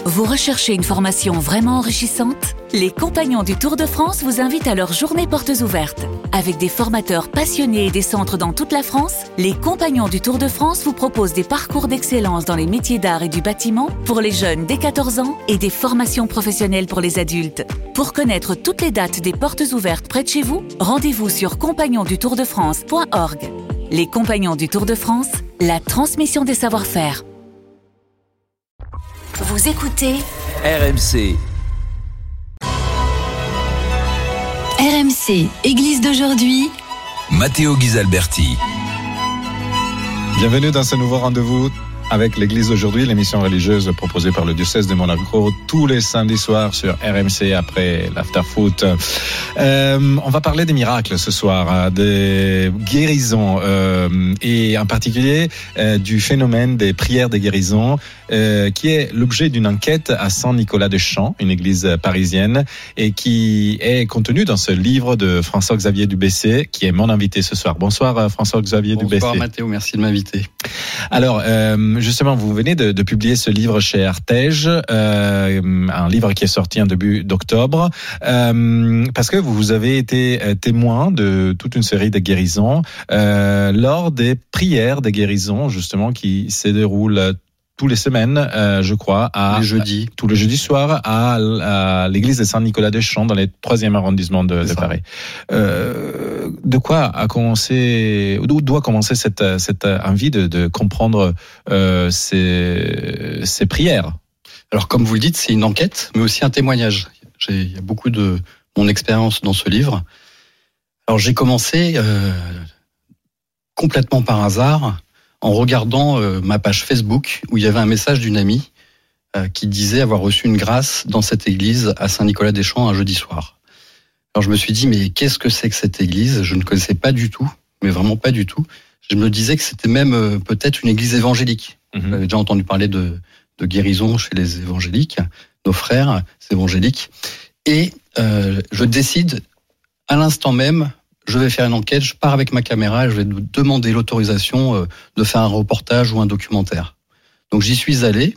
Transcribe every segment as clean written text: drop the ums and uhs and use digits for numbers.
Vous recherchez une formation vraiment enrichissante ? Les Compagnons du Tour de France vous invitent à leur journée portes ouvertes. Avec des formateurs passionnés et des centres dans toute la France, les Compagnons du Tour de France vous proposent des parcours d'excellence dans les métiers d'art et du bâtiment pour les jeunes dès 14 ans et des formations professionnelles pour les adultes. Pour connaître toutes les dates des portes ouvertes près de chez vous, rendez-vous sur compagnonsdutourdefrance.org. Les Compagnons du Tour de France, la transmission des savoir-faire. Vous écoutez RMC. RMC, Église d'aujourd'hui. Matteo Ghisalberti. Bienvenue dans ce nouveau rendez-vous avec l'Église d'aujourd'hui, l'émission religieuse proposée par le diocèse de Monaco tous les samedis soirs sur RMC après l'after-foot. On va parler des miracles ce soir, des guérisons et en particulier du phénomène des prières de guérison qui est l'objet d'une enquête à Saint-Nicolas-des-Champs, une église parisienne, et qui est contenue dans ce livre de François-Xavier Dubessé, qui est mon invité ce soir. Bonsoir François-Xavier Dubessé. Bonsoir Matteo, merci de m'inviter. Alors, justement, vous venez de publier ce livre chez Artege, un livre qui est sorti en début d'octobre, parce que vous avez été témoin de toute une série de guérisons lors des prières de guérison, justement, qui se déroulent tous les semaines, je crois, tous les jeudis soirs à l'église de Saint-Nicolas-des-Champs dans le 3e arrondissement de Paris. De quoi d'où doit commencer cette envie de comprendre ces prières? Alors, comme vous le dites, c'est une enquête, mais aussi un témoignage. Il y a beaucoup de mon expérience dans ce livre. Alors, j'ai commencé complètement par hasard en regardant ma page Facebook où il y avait un message d'une amie qui disait avoir reçu une grâce dans cette église à Saint-Nicolas-des-Champs un jeudi soir. Alors je me suis dit, mais qu'est-ce que c'est que cette église ? Je ne connaissais pas du tout, mais vraiment pas du tout. Je me disais que c'était même peut-être une église évangélique. J'avais déjà entendu parler de guérison chez les évangéliques, nos frères évangéliques. Et je décide à l'instant même, je vais faire une enquête, je pars avec ma caméra et je vais demander l'autorisation de faire un reportage ou un documentaire. Donc j'y suis allé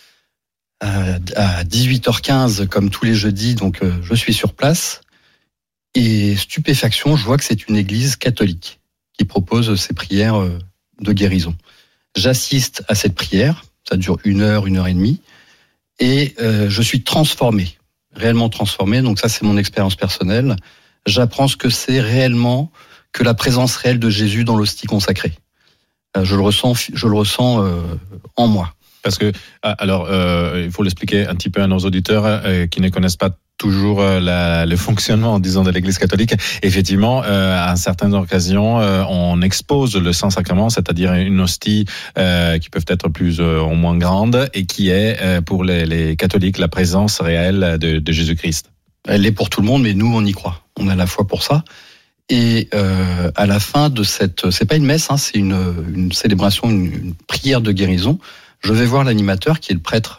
à 18h15 comme tous les jeudis, donc je suis sur place et stupéfaction, je vois que c'est une église catholique qui propose ces prières de guérison. J'assiste à cette prière, ça dure 1 heure, 1 heure et demie et je suis transformé, réellement transformé, donc ça c'est mon expérience personnelle. J'apprends ce que c'est réellement que la présence réelle de Jésus dans l'hostie consacrée. Je le ressens en moi. Parce que, alors, il faut l'expliquer un petit peu à nos auditeurs qui ne connaissent pas toujours le fonctionnement, disons, de l'Église catholique. Effectivement, à certaines occasions, on expose le Saint-Sacrement, c'est-à-dire une hostie qui peuvent être plus ou moins grande et qui est pour les catholiques la présence réelle de Jésus-Christ. Elle est pour tout le monde, mais nous, on y croit. On a la foi pour ça. Et à la fin de c'est pas une messe, hein, c'est une célébration, une prière de guérison. Je vais voir l'animateur, qui est le prêtre,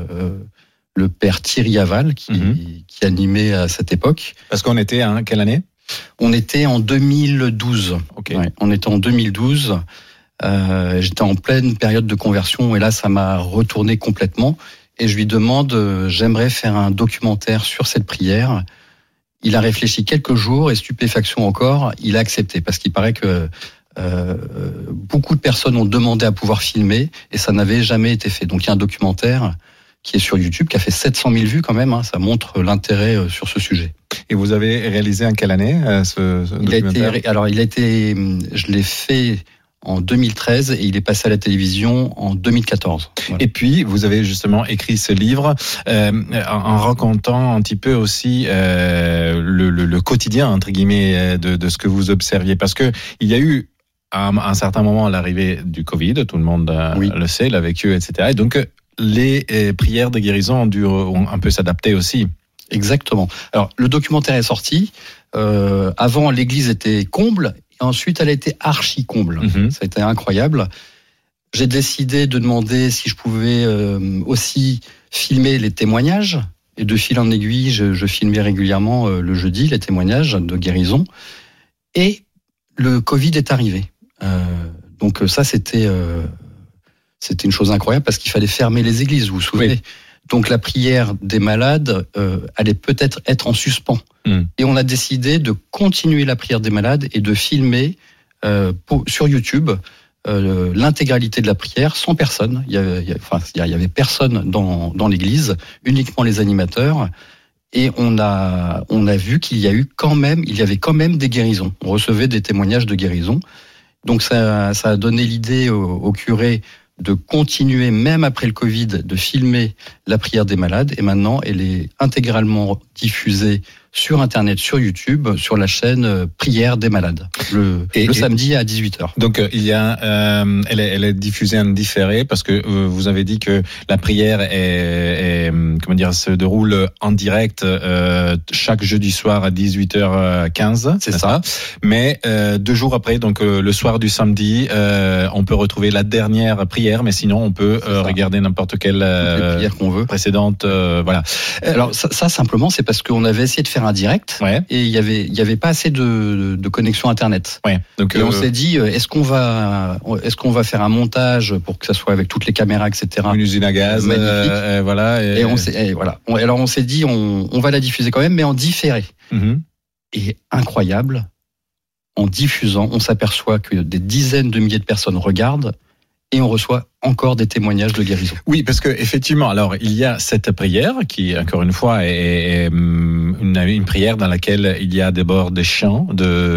le père Thierry Aval, qui animait à cette époque. Parce qu'on était à quelle année ? On était en 2012. Okay. Ouais, on était en 2012. J'étais en pleine période de conversion, et là, ça m'a retourné complètement. Et je lui demande, j'aimerais faire un documentaire sur cette prière. Il a réfléchi quelques jours et stupéfaction encore, il a accepté parce qu'il paraît que beaucoup de personnes ont demandé à pouvoir filmer et ça n'avait jamais été fait. Donc il y a un documentaire qui est sur YouTube, qui a fait 700 000 vues quand même, hein, ça montre l'intérêt sur ce sujet. Et vous avez réalisé en quelle année ce documentaire ? Je l'ai fait en 2013 et il est passé à la télévision en 2014. Voilà. Et puis, vous avez justement écrit ce livre en racontant un petit peu aussi le quotidien, entre guillemets, de ce que vous observiez. Parce que il y a eu à un certain moment l'arrivée du Covid, tout le monde le sait, l'a vécu, etc. Et donc, les prières de guérison ont un peu s'adapter aussi. Exactement. Alors, le documentaire est sorti. Avant, l'église était comble. Ensuite, elle a été archi comble. Ça a été incroyable. J'ai décidé de demander si je pouvais aussi filmer les témoignages. Et de fil en aiguille, je filmais régulièrement le jeudi les témoignages de guérison. Et le Covid est arrivé. Donc ça, c'était une chose incroyable parce qu'il fallait fermer les églises, vous vous souvenez ? Oui. Donc la prière des malades allait peut-être être en suspens. Et on a décidé de continuer la prière des malades et de filmer sur YouTube l'intégralité de la prière sans personne. Il y avait personne dans l'église, uniquement les animateurs. Et on a vu qu'il y avait quand même des guérisons. On recevait des témoignages de guérison. Donc ça a donné l'idée au curé de continuer, même après le Covid, de filmer la prière des malades. Et maintenant, elle est intégralement diffusée sur Internet, sur YouTube, sur la chaîne Prière des malades, le samedi à 18h. Donc il y a, elle est diffusée en différé parce que vous avez dit que la prière se déroule en direct chaque jeudi soir à 18h15. C'est ça. Mais 2 jours après, donc le soir du samedi, on peut retrouver la dernière prière, mais sinon on peut regarder n'importe quelle prière qu'on veut. Précédente. Voilà. Alors ça simplement, c'est parce qu'on avait essayé de faire un direct et il y avait pas assez de connexion Internet. Ouais. Donc, et on s'est dit, est-ce qu'on va faire un montage pour que ça soit avec toutes les caméras, etc. Une usine à gaz, voilà. Et on s'est dit, on va la diffuser quand même, mais en différé. Mm-hmm. Et incroyable, en diffusant, on s'aperçoit que des dizaines de milliers de personnes regardent. Et on reçoit encore des témoignages de guérison. Oui, parce que effectivement, alors il y a cette prière qui, encore une fois, est une prière dans laquelle il y a d'abord des chants.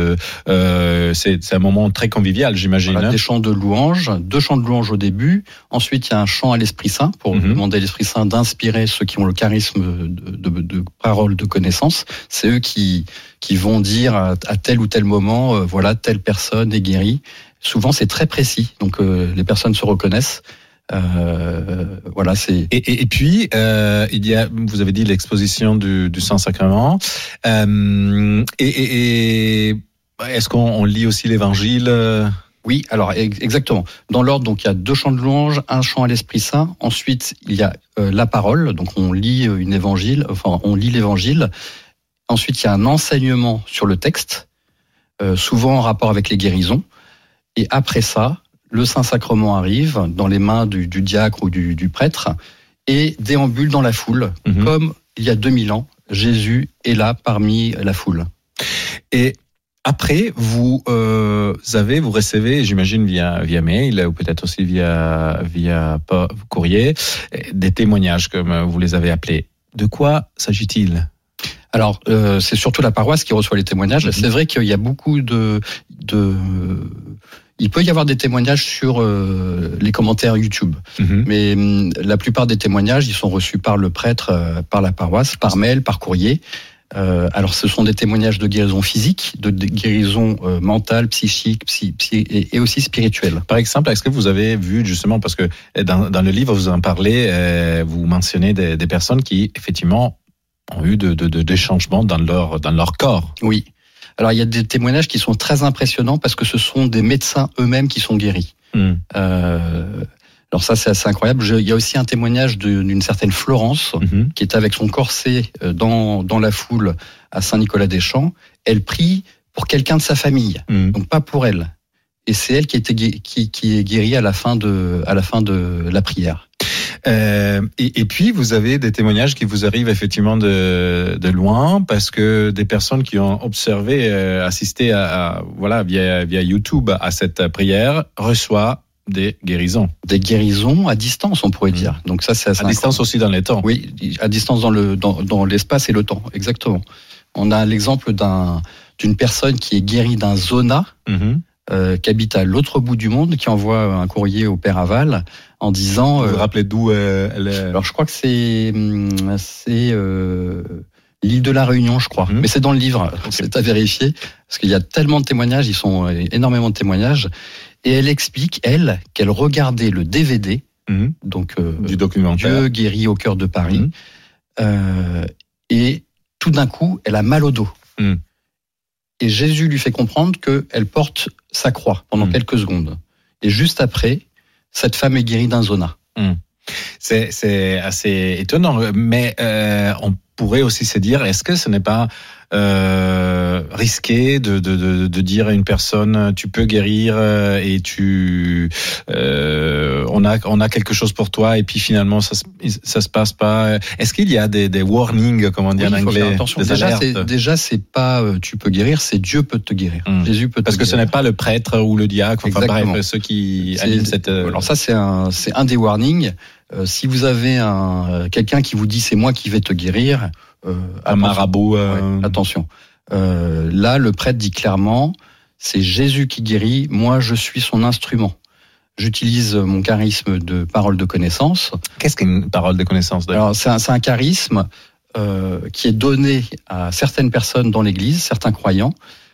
C'est un moment très convivial, j'imagine. Voilà, des chants de louange, 2 chants de louange au début. Ensuite, il y a un chant à l'Esprit Saint pour demander à l'Esprit Saint d'inspirer ceux qui ont le charisme de parole, de connaissance. C'est eux qui vont dire à tel ou tel moment, voilà, telle personne est guérie. Souvent, c'est très précis, donc les personnes se reconnaissent. Voilà, c'est. Et puis, il y a, vous avez dit, l'exposition du Saint-Sacrement. Et est-ce qu'on lit aussi l'Évangile? Oui, alors exactement. Dans l'ordre, donc il y a 2 chants de louange, un chant à l'Esprit Saint. Ensuite, il y a la parole, donc on lit on lit l'Évangile. Ensuite, il y a un enseignement sur le texte, souvent en rapport avec les guérisons. Et après ça, le Saint-Sacrement arrive dans les mains du diacre ou du prêtre et déambule dans la foule, comme il y a 2000 ans, Jésus est là parmi la foule. Et après, vous recevez, j'imagine via mail ou peut-être aussi via courrier, des témoignages comme vous les avez appelés. De quoi s'agit-il ? Alors, c'est surtout la paroisse qui reçoit les témoignages. C'est vrai qu'il y a beaucoup il peut y avoir des témoignages sur les commentaires YouTube, mais la plupart des témoignages, ils sont reçus par le prêtre, par la paroisse, par mail, par courrier. Alors, ce sont des témoignages de guérison physique, de guérison mentale, psychique, et aussi spirituelle. Par exemple, est-ce que vous avez vu justement, parce que dans le livre vous en parlez, vous mentionnez des personnes qui effectivement ont eu des changements dans leur corps. Oui. Alors, il y a des témoignages qui sont très impressionnants parce que ce sont des médecins eux-mêmes qui sont guéris. Alors ça, c'est assez incroyable. Il y a aussi un témoignage d'une certaine Florence qui est avec son corset dans la foule à Saint-Nicolas-des-Champs. Elle prie pour quelqu'un de sa famille, donc pas pour elle. Et c'est elle qui est guérie à la fin de la prière. Et puis vous avez des témoignages qui vous arrivent effectivement de loin, parce que des personnes qui ont observé, assisté via YouTube à cette prière reçoivent des guérisons. Des guérisons à distance, on pourrait dire. Donc ça, c'est assez à distance aussi dans les temps. Oui, à distance dans l'espace et le temps, exactement. On a l'exemple d'une personne qui est guérie d'un zona. Qui habite à l'autre bout du monde, qui envoie un courrier au Père Aval en disant... Vous vous rappelez d'où elle est... Alors je crois que c'est l'île de la Réunion, je crois. Mais c'est dans le livre, c'est à vérifier, parce qu'il y a tellement de témoignages, ils sont énormément de témoignages. Et elle explique, qu'elle regardait le DVD, donc du documentaire Dieu guérit au cœur de Paris, et tout d'un coup, elle a mal au dos. Et Jésus lui fait comprendre qu'elle porte sa croix pendant quelques secondes. Et juste après, cette femme est guérie d'un zona. C'est assez étonnant, mais on pourrait aussi se dire, est-ce que ce n'est pas risqué de dire à une personne tu peux guérir et on a quelque chose pour toi et puis finalement ça se passe pas. Est-ce qu'il y a des warnings, comme on dit en anglais, attention. des alertes? Déjà c'est pas tu peux guérir, c'est Dieu peut te guérir. Jésus peut te Parce que guérir. ce n'est pas le prêtre ou le diacre, enfin bref, ceux qui animent cette. Alors ça c'est un des warnings. Si vous avez quelqu'un qui vous dit c'est moi qui vais te guérir, un marabout. Attention. Là, le prêtre dit clairement, c'est Jésus qui guérit, moi je suis son instrument. J'utilise mon charisme de parole de connaissance. Qu'est-ce qu'une parole de connaissance d'ailleurs ? Alors c'est un charisme qui est donné à certaines personnes dans l'Église, certains croyants,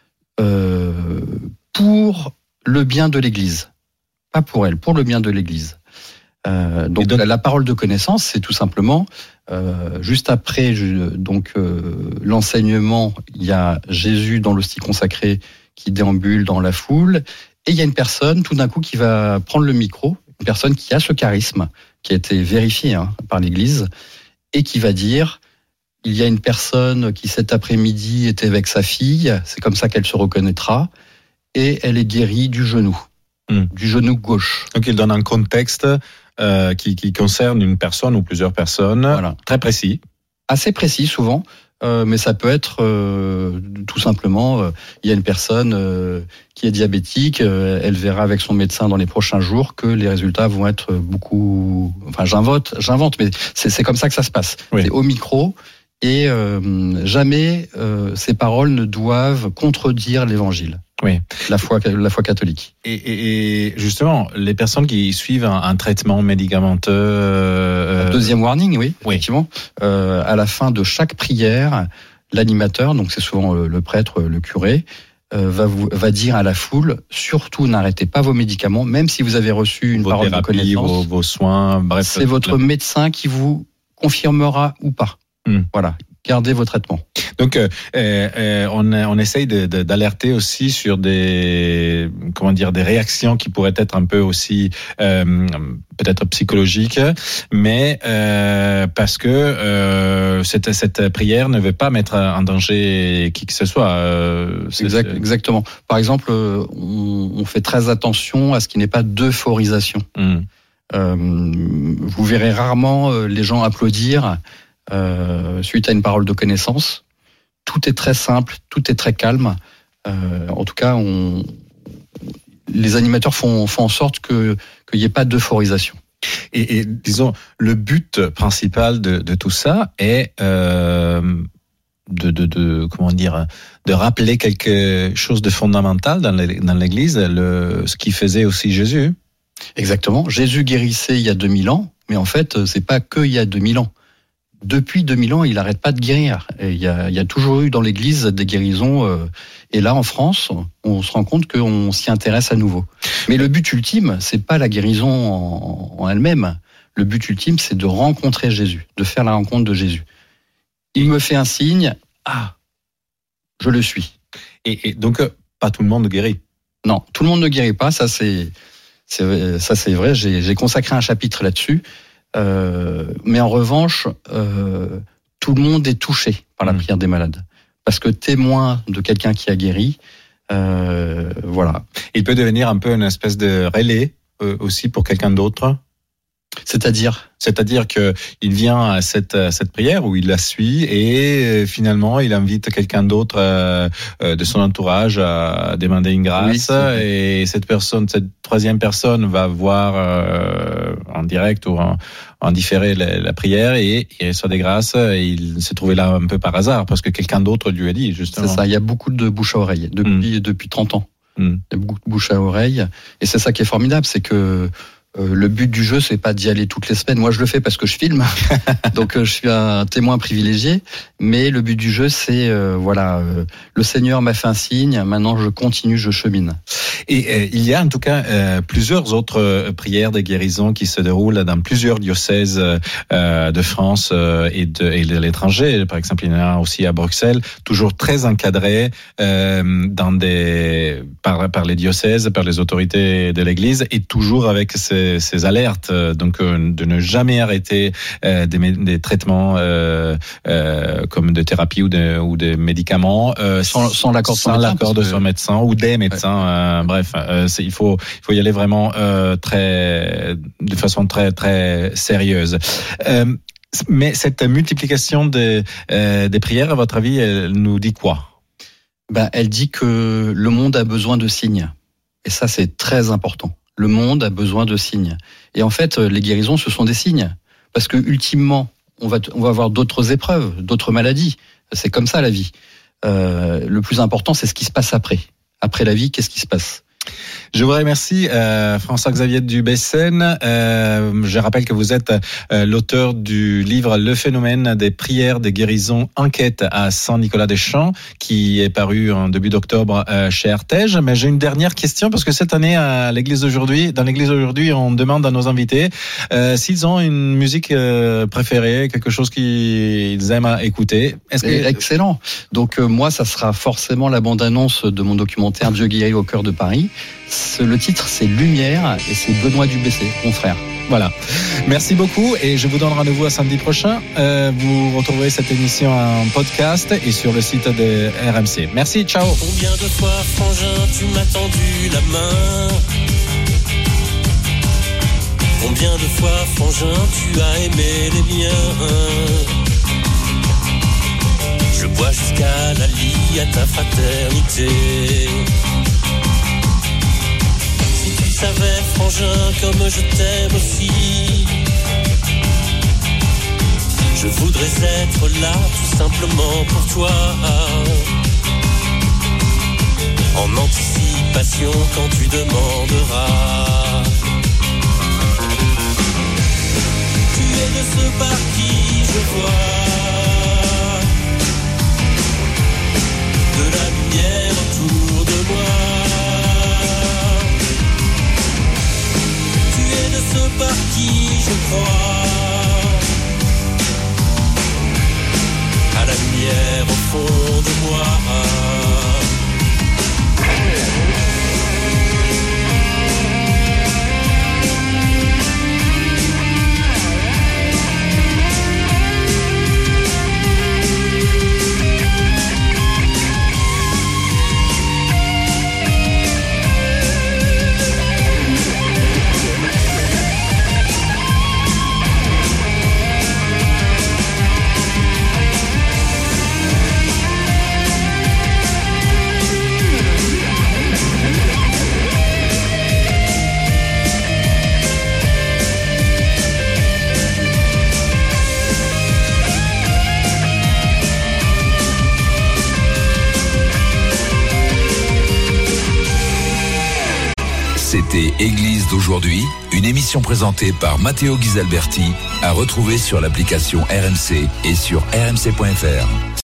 pour le bien de l'Église. Pas pour elle, pour le bien de l'Église. Donc la parole de connaissance, c'est tout simplement juste après l'enseignement, il y a Jésus dans l'hostie consacrée qui déambule dans la foule, et il y a une personne tout d'un coup qui va prendre le micro, une personne qui a ce charisme, qui a été vérifié par l'Église, et qui va dire il y a une personne qui cet après-midi était avec sa fille, c'est comme ça qu'elle se reconnaîtra, et elle est guérie du genou gauche. Donc il donne un contexte qui concerne une personne ou plusieurs personnes, voilà. Très précis. Assez précis souvent, mais ça peut être tout simplement, il y a une personne qui est diabétique, elle verra avec son médecin dans les prochains jours que les résultats vont être beaucoup... Enfin j'invente, mais c'est comme ça que ça se passe. Oui. C'est au micro, et jamais ces paroles ne doivent contredire l'évangile. Oui. La foi catholique. Et justement, les personnes qui suivent un traitement médicamenteux... Deuxième warning, oui, effectivement. À la fin de chaque prière, l'animateur, donc c'est souvent le prêtre, le curé, va dire à la foule, surtout n'arrêtez pas vos médicaments, même si vous avez reçu une parole de connaissance. Vos soins, bref. C'est votre médecin qui vous confirmera ou pas. Voilà. Gardez vos traitements. Donc, on essaye d'alerter aussi sur des réactions qui pourraient être un peu aussi peut-être psychologiques, mais parce que cette prière ne veut pas mettre en danger qui que ce soit. Exactement. Par exemple, on fait très attention à ce qui n'est pas d'euphorisation. Vous verrez rarement les gens applaudir suite à une parole de connaissance. Tout est très simple, tout est très calme. En tout cas, les animateurs font en sorte qu'il n'y ait pas d'euphorisation. Et disons, le but principal de tout ça est de rappeler quelque chose de fondamental dans l'Église, ce qui faisait aussi Jésus. Exactement. Jésus guérissait il y a 2000 ans, mais en fait, c'est pas que il y a 2000 ans. Depuis 2000 ans, il n'arrête pas de guérir. Et il y a toujours eu dans l'Église des guérisons. Et là, en France, on se rend compte qu'on s'y intéresse à nouveau. Mais le but ultime, c'est pas la guérison en elle-même. Le but ultime, c'est de rencontrer Jésus, de faire la rencontre de Jésus. Il me fait un signe, je le suis. Et donc, pas tout le monde guérit. Non, tout le monde ne guérit pas. Ça, c'est vrai. J'ai consacré un chapitre là-dessus. Mais en revanche, tout le monde est touché par la prière des malades. Parce que témoin de quelqu'un qui a guéri, voilà. Il peut devenir un peu une espèce de relais aussi pour quelqu'un d'autre. C'est-à-dire que il vient à cette prière où il la suit et finalement il invite quelqu'un d'autre de son entourage à demander une grâce, et cette troisième personne va voir en direct ou en différé la prière et il reçoit des grâces, et il s'est trouvé là un peu par hasard parce que quelqu'un d'autre lui a dit, justement. C'est ça, il y a beaucoup de bouche à oreille depuis 30 ans. Il y a beaucoup de bouche à oreille, et c'est ça qui est formidable, c'est que le but du jeu, c'est pas d'y aller toutes les semaines. Moi, je le fais parce que je filme, donc je suis un témoin privilégié. Mais le but du jeu, c'est le Seigneur m'a fait un signe. Maintenant, je continue, je chemine. Et il y a en tout cas plusieurs autres prières de guérison qui se déroulent dans plusieurs diocèses de France et de l'étranger. Par exemple, il y en a aussi à Bruxelles, toujours très encadré par les diocèses, par les autorités de l'Église, et toujours avec ces ces alertes, donc de ne jamais arrêter des traitements comme de thérapie ou des médicaments sans l'accord de son médecin ou des médecins. Il faut y aller vraiment de façon très très sérieuse. Mais cette multiplication des prières, à votre avis, elle nous dit quoi? Elle dit que le monde a besoin de signes. Et ça, c'est très important. Le monde a besoin de signes. Et en fait, les guérisons, ce sont des signes. Parce que, ultimement, on va avoir d'autres épreuves, d'autres maladies. C'est comme ça, la vie. Le plus important, c'est ce qui se passe après. Après la vie, qu'est-ce qui se passe? Je vous remercie, François-Xavier Dubessène. Je rappelle que vous êtes l'auteur du livre Le phénomène des prières des guérisons, enquête à Saint-Nicolas-des-Champs, qui est paru en début d'octobre chez Artege. Mais j'ai une dernière question, parce que cette année, dans l'église d'aujourd'hui, on demande à nos invités s'ils ont une musique préférée, quelque chose qu'ils aiment écouter. Excellent. Donc moi, ça sera forcément la bande-annonce de mon documentaire Dieu guérit au cœur de Paris. Le titre, c'est Lumière, et c'est Benoît Dubessé, mon frère. Voilà. Merci beaucoup, et je vous donne rendez-vous à samedi prochain. Vous retrouverez cette émission en podcast et sur le site de RMC. Merci, ciao. Combien de fois, frangin, tu m'as tendu la main? Combien de fois, frangin, tu as aimé les miens? Je bois jusqu'à la lie à ta fraternité. Si tu savais, frangin, comme je t'aime aussi, je voudrais être là tout simplement pour toi, en anticipation quand tu demanderas. Tu es de ceux par qui je vois de la lumière autour de moi. Tu es de ceux par qui je crois à la lumière au fond de moi. C'était Église d'aujourd'hui, une émission présentée par Matteo Ghisalberti, à retrouver sur l'application RMC et sur rmc.fr.